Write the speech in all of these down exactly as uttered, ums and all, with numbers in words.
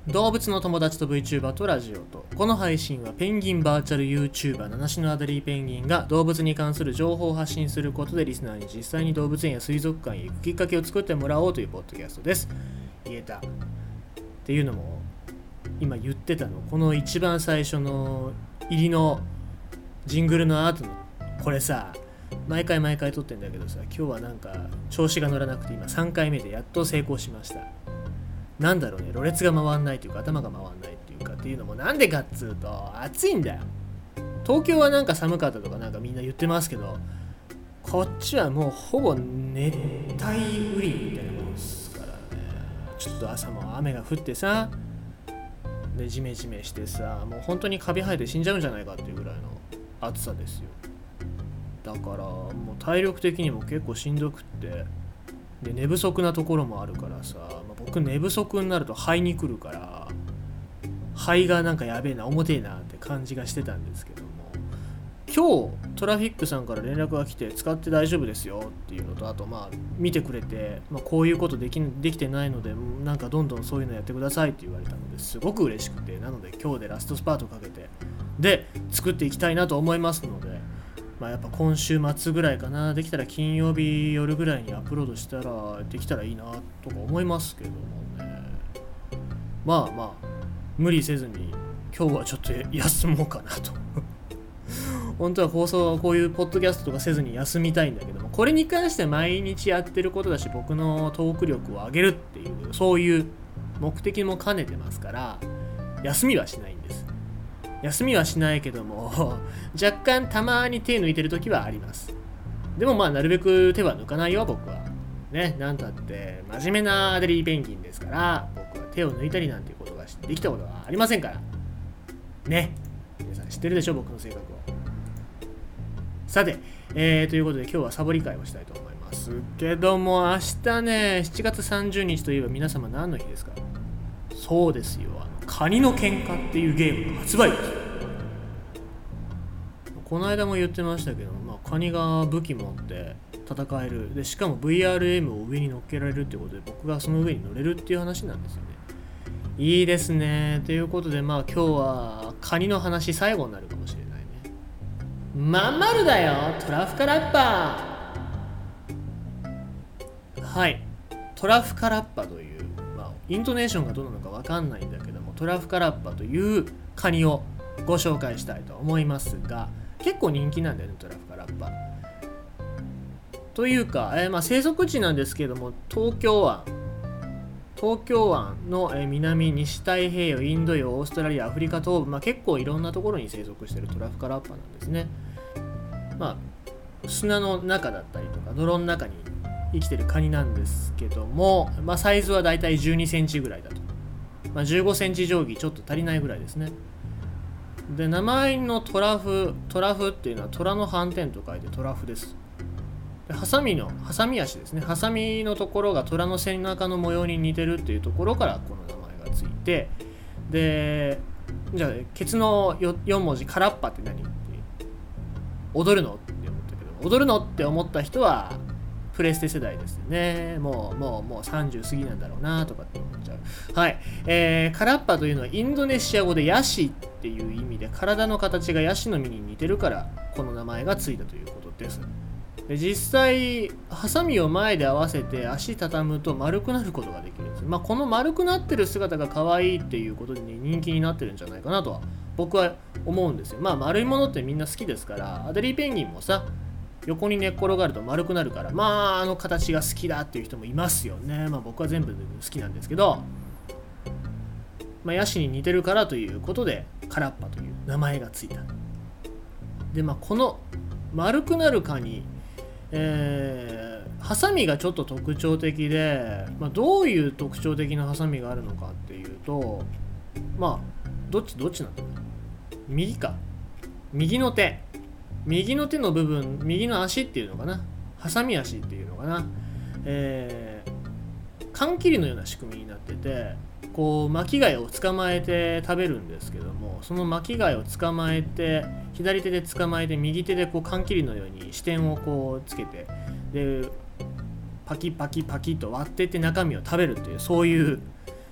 動物の友達と VTuber とラジオと。この配信はペンギンバーチャル YouTuber 七種のアデリーペンギンが動物に関する情報を発信することでリスナーに実際に動物園や水族館へ行くきっかけを作ってもらおうというポッドキャストです。言えたっていうのも今言ってたの、この一番最初の入りのジングルの後のこれさ、毎回毎回撮ってんだけどさ、今日はなんか調子が乗らなくて今さんかいめでやっと成功しました。なんだろうね、ろれつが回んないというか頭が回んないっていうかっていうのもなんでかっつうと暑いんだよ。東京はなんか寒かったとかなんかみんな言ってますけど、こっちはもうほぼ熱帯雨林みたいなもんですからね。ちょっと朝も雨が降ってさ、でジメジメしてさ、もう本当にカビ生えて死んじゃうんじゃないかっていうぐらいの暑さですよ。だからもう体力的にも結構しんどくって、で寝不足なところもあるからさ、まあ、僕寝不足になると肺に来るから、肺がなんかやべえな重てえなって感じがしてたんですけども、今日トラフィックさんから連絡が来て使って大丈夫ですよっていうのと、あとまあ見てくれて、まあ、こういうことでき、できてないのでなんかどんどんそういうのやってくださいって言われたのですごく嬉しくて、なので今日でラストスパートかけてで作っていきたいなと思いますので、まあ、やっぱ今週末ぐらいかな、できたら金曜日夜ぐらいにアップロードしたらできたらいいなとか思いますけどもね。まあまあ無理せずに今日はちょっと休もうかなと本当は放送こういうポッドキャストとかせずに休みたいんだけども、これに関しては毎日やってることだし、僕のトーク力を上げるっていうそういう目的も兼ねてますから、休みはしないんです。休みはしないけども若干たまに手抜いてる時はあります。でもまあなるべく手は抜かないよ僕はね。なんたって真面目なアデリーペンギンですから、僕は手を抜いたりなんていうことができたことはありませんからね。皆さん知ってるでしょ僕の性格を。さて、えー、ということで今日はサボり会をしたいと思いますけども、明日ねしちがつさんじゅうにちといえば皆様何の日ですか？そうですよ、あのカニの喧嘩っていうゲームの発売です。この間も言ってましたけど、まあ、カニが武器持って戦える、でしかも ブイアールエム を上に乗っけられるってことで、僕がその上に乗れるっていう話なんですよね。いいですね。ということでまあ今日はカニの話最後になるかもしれないね。まんまるだよトラフカラッパー。はい、トラフカラッパという、まあ、イントネーションがどうなのかわかんないんだけども、トラフカラッパというカニをご紹介したいと思いますが、結構人気なんだよねトラフカラッパというか、えー、まあ生息地なんですけども、東京湾東京湾の南、西太平洋、インド洋、オーストラリア、アフリカ東部、まあ、結構いろんなところに生息しているトラフカラッパなんですね。まあ砂の中だったりとか泥の中に生きてるカニなんですけども、まあ、サイズはだいたいじゅうにセンチぐらいだと、まあ、じゅうごセンチ定規ちょっと足りないぐらいですね。で名前のトラフトラフっていうのは虎の斑点と書いてトラフです。でハサミのハサミ足ですね、ハサミのところが虎の背中の模様に似てるっていうところからこの名前がついて、でじゃあケツの よ, よん文字カラッパって何って踊るのって思ったけど、踊るのって思った人はプレステ世代ですね。もうもうもうさんじゅう過ぎなんだろうなとかって思っちゃう。はい、えー、カラッパというのはインドネシア語でヤシっていう意味で、体の形がヤシの実に似てるからこの名前がついたということです。で実際ハサミを前で合わせて足畳むと丸くなることができるんです。まあこの丸くなってる姿が可愛いっていうことで、ね、人気になってるんじゃないかなとは僕は思うんですよ。まあ丸いものってみんな好きですから、アデリーペンギンもさ横に寝っ転がると丸くなるから、まああの形が好きだっていう人もいますよね。まあ僕は全部好きなんですけど、まあヤシに似てるからということでカラッパという名前がついた。でまあこの丸くなるカニ、えー、ハサミがちょっと特徴的で、まあ、どういう特徴的なハサミがあるのかっていうと、まあどっちどっちなんだろう、右か右の手右の手の部分、右の足っていうのかな、ハサミ足っていうのかな、えー、缶切りのような仕組みになってて、こう巻き貝を捕まえて食べるんですけども、その巻き貝を捕まえて左手で捕まえて右手でこう缶切りのように支点をこうつけて、でパキパキパキと割ってって中身を食べるっていう、そういう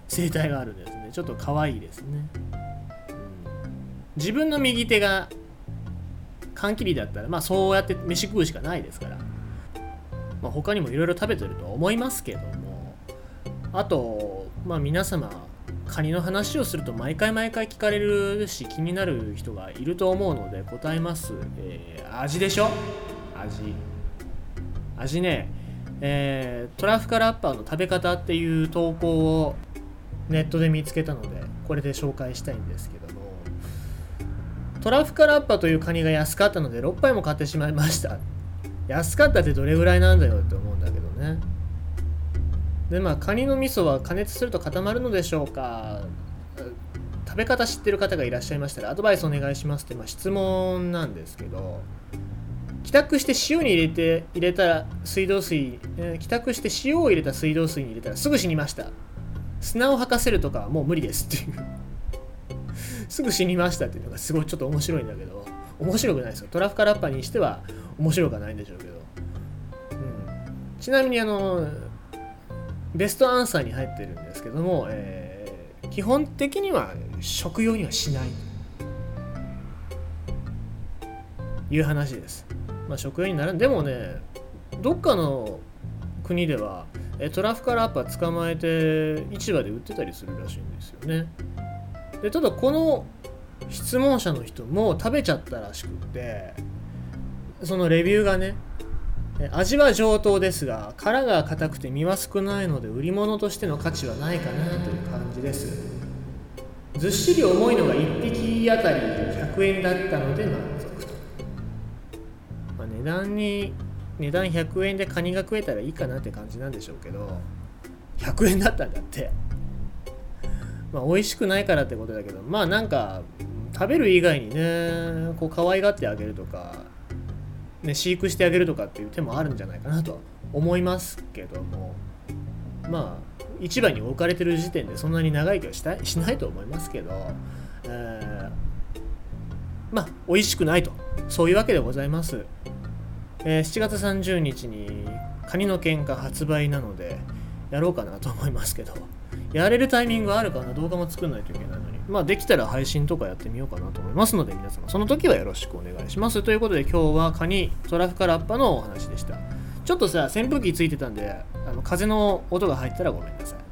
生態があるんですね。ちょっと可愛いですね、うん、自分の右手が缶切りだったらまあそうやって飯食うしかないですから、まあ、他にもいろいろ食べてるとは思いますけども、あとまあ皆様カニの話をすると毎回毎回聞かれるし気になる人がいると思うので答えます、えー、味でしょ。味味ね、えー、トラフカラッパーの食べ方っていう投稿をネットで見つけたのでこれで紹介したいんですけども、トラフカラッパというカニが安かったのでろっぱいも買ってしまいました。安かったってどれぐらいなんだよって思うんだけどね。でまあカニの味噌は加熱すると固まるのでしょうか。食べ方知ってる方がいらっしゃいましたらアドバイスお願いしますって、まあ、質問なんですけど、帰宅して塩に入れて入れたら水道水、えー、帰宅して塩を入れた水道水に入れたらすぐ死にました。砂を吐かせるとかはもう無理ですっていうすぐ死にましたっていうのがすごいちょっと面白いんだけど、面白くないですよ。トラフカラッパにしては面白くはないんでしょうけど、うん、ちなみにあのベストアンサーに入ってるんですけども、えー、基本的には食用にはしないという話です。まあ食用になる。でもね、どっかの国ではトラフカラッパ捕まえて市場で売ってたりするらしいんですよね。でただこの質問者の人も食べちゃったらしくて、そのレビューがね、味は上等ですが殻が硬くて身は少ないので売り物としての価値はないかなという感じです。ずっしり重いのがいっぴきあたりひゃくえんだったので満足と、まあ、値段に値段ひゃくえんでカニが食えたらいいかなって感じなんでしょうけど、ひゃくえんだったんだって。まあ美味しくないからってことだけど、まあなんか食べる以外にね、こう可愛がってあげるとかね、飼育してあげるとかっていう手もあるんじゃないかなと思いますけども、まあ市場に置かれてる時点でそんなに長生きはしたいしないと思いますけど、えー、まあ美味しくないと、そういうわけでございます。えー、しちがつさんじゅうにちにカニの喧嘩発売なのでやろうかなと思いますけど、やれるタイミングがあるかな。動画も作んないといけないのに、まあできたら配信とかやってみようかなと思いますので、皆様その時はよろしくお願いします。ということで今日はカニトラフカラッパのお話でした。ちょっとさ扇風機ついてたんであの風の音が入ったらごめんなさい。